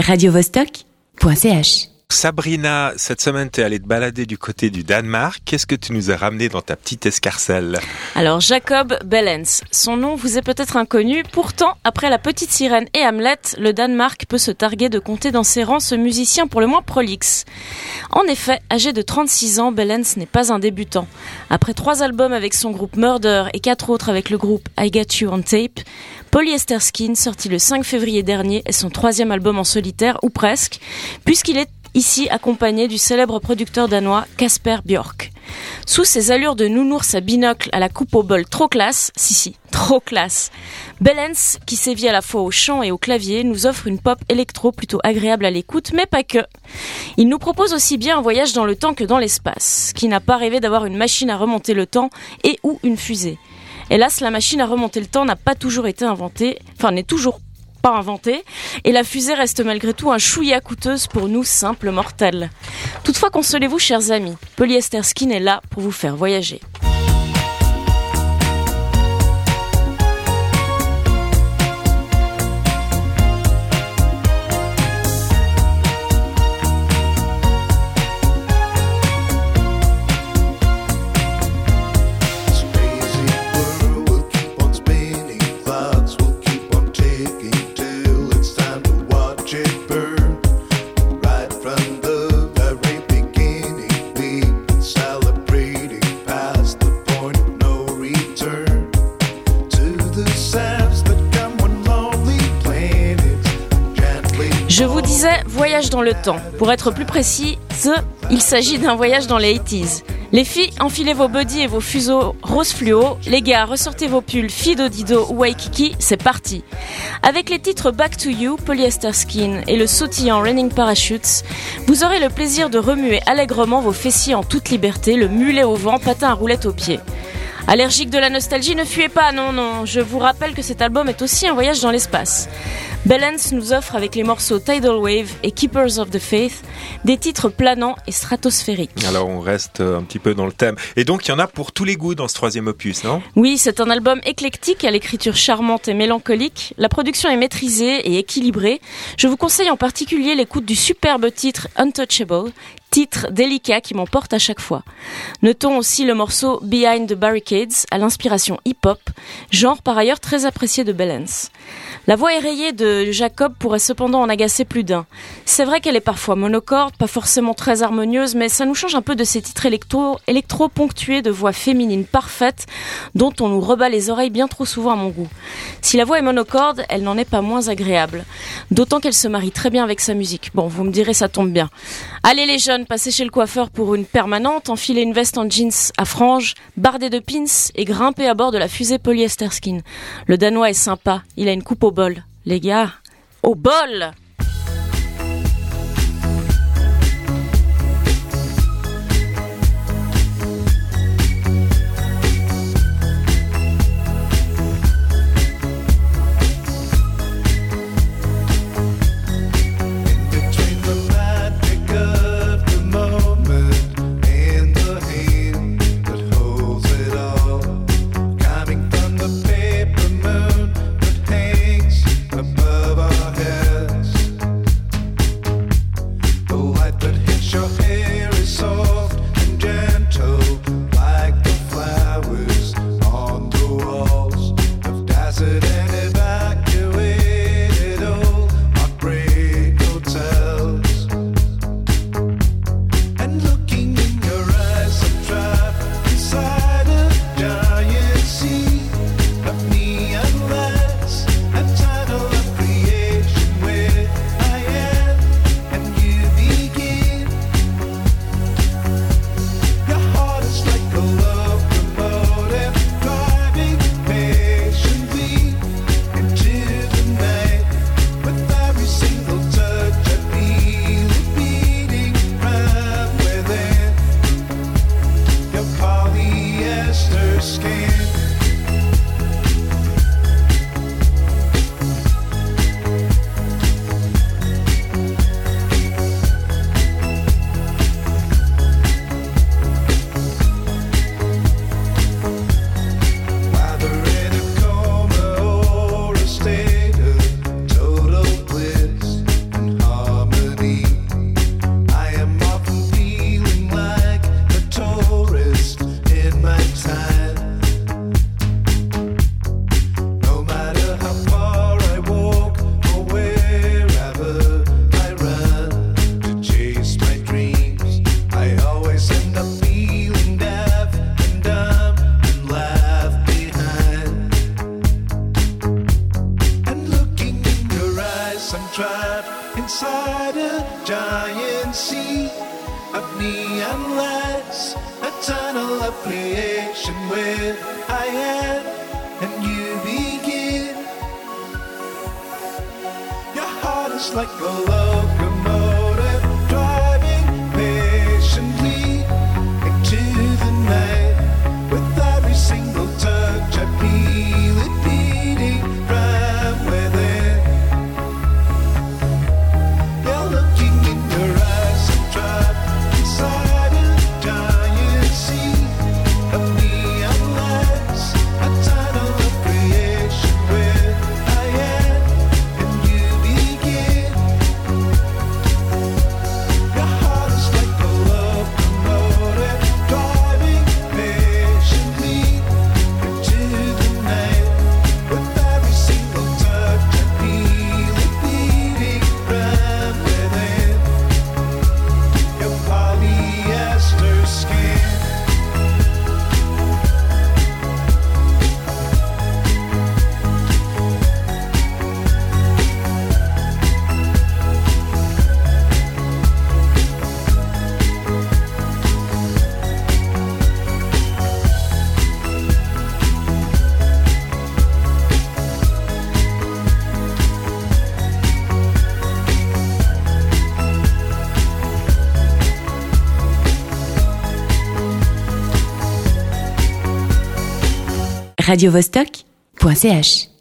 radiovostok.ch. Sabrina, cette semaine, tu es allée te balader du côté du Danemark. Qu'est-ce que tu nous as ramené dans ta petite escarcelle ? Alors, Jacob Bellens. Son nom vous est peut-être inconnu. Pourtant, après La Petite Sirène et Hamlet, le Danemark peut se targuer de compter dans ses rangs ce musicien pour le moins prolixe. En effet, âgé de 36 ans, Bellens n'est pas un débutant. Après 3 albums avec son groupe Murder et 4 autres avec le groupe I Got You on Tape, Polyester Skin, sorti le 5 février dernier, est son 3e album en solitaire, ou presque, puisqu'il est ici accompagné du célèbre producteur danois Kasper Björk. Sous ses allures de nounours à binocle à la coupe au bol trop classe, trop classe, Bellens, qui sévit à la fois au chant et au clavier, nous offre une pop électro plutôt agréable à l'écoute, mais pas que. Il nous propose aussi bien un voyage dans le temps que dans l'espace. Qui n'a pas rêvé d'avoir une machine à remonter le temps et ou une fusée ? Hélas, la machine à remonter le temps n'est toujours pas inventée, et la fusée reste malgré tout un chouïa coûteuse pour nous simples mortels. Toutefois, consolez-vous, chers amis, Polyester Skin est là pour vous faire voyager. Je vous disais voyage dans le temps. Pour être plus précis, il s'agit d'un voyage dans les 80s. Les filles, enfilez vos buddies et vos fuseaux rose fluo. Les gars, ressortez vos pulls Fido Dido ou Waikiki, c'est parti. Avec les titres Back to You, Polyester Skin et le sautillant Raining Parachutes, vous aurez le plaisir de remuer allègrement vos fessiers en toute liberté, le mulet au vent, patin à roulettes aux pieds. Allergique de la nostalgie, ne fuyez pas, non, je vous rappelle que cet album est aussi un voyage dans l'espace. Bellens nous offre avec les morceaux Tidal Wave et Keepers of the Faith des titres planants et stratosphériques. Alors on reste un petit peu dans le thème. Et donc il y en a pour tous les goûts dans ce 3e opus, non ? Oui, c'est un album éclectique à l'écriture charmante et mélancolique. La production est maîtrisée et équilibrée. Je vous conseille en particulier l'écoute du superbe titre Untouchable, titre délicat qui m'emporte à chaque fois. Notons aussi le morceau Behind the Barricades à l'inspiration hip-hop, genre par ailleurs très apprécié de Bellens. La voix érayée de Jacob pourrait cependant en agacer plus d'un. C'est vrai qu'elle est parfois monocorde, pas forcément très harmonieuse, mais ça nous change un peu de ces titres électro ponctués de voix féminines parfaites dont on nous rebat les oreilles bien trop souvent à mon goût. Si la voix est monocorde, elle n'en est pas moins agréable. D'autant qu'elle se marie très bien avec sa musique. Bon, vous me direz, ça tombe bien. Allez les jeunes, passez chez le coiffeur pour une permanente, enfilez une veste en jeans à franges, bardez de pins et grimpez à bord de la fusée Polyester Skin. Le Danois est sympa, il a une coupe au bol. Les gars, au bol! Above our heads inside a giant sea of neon lights, a tunnel of creation where I am and you begin. Your heart is like a locomotive driving patiently into the night. With every single touch I feel it beating from within. You're looking in your eyes, I'm trapped inside a giant sea of neon lights, a tunnel of creation where I am and you begin. Your heart is like a locomotive driving patiently into the night. With every single touch I feel it beating from within. Your polyester skin. radiovostok.ch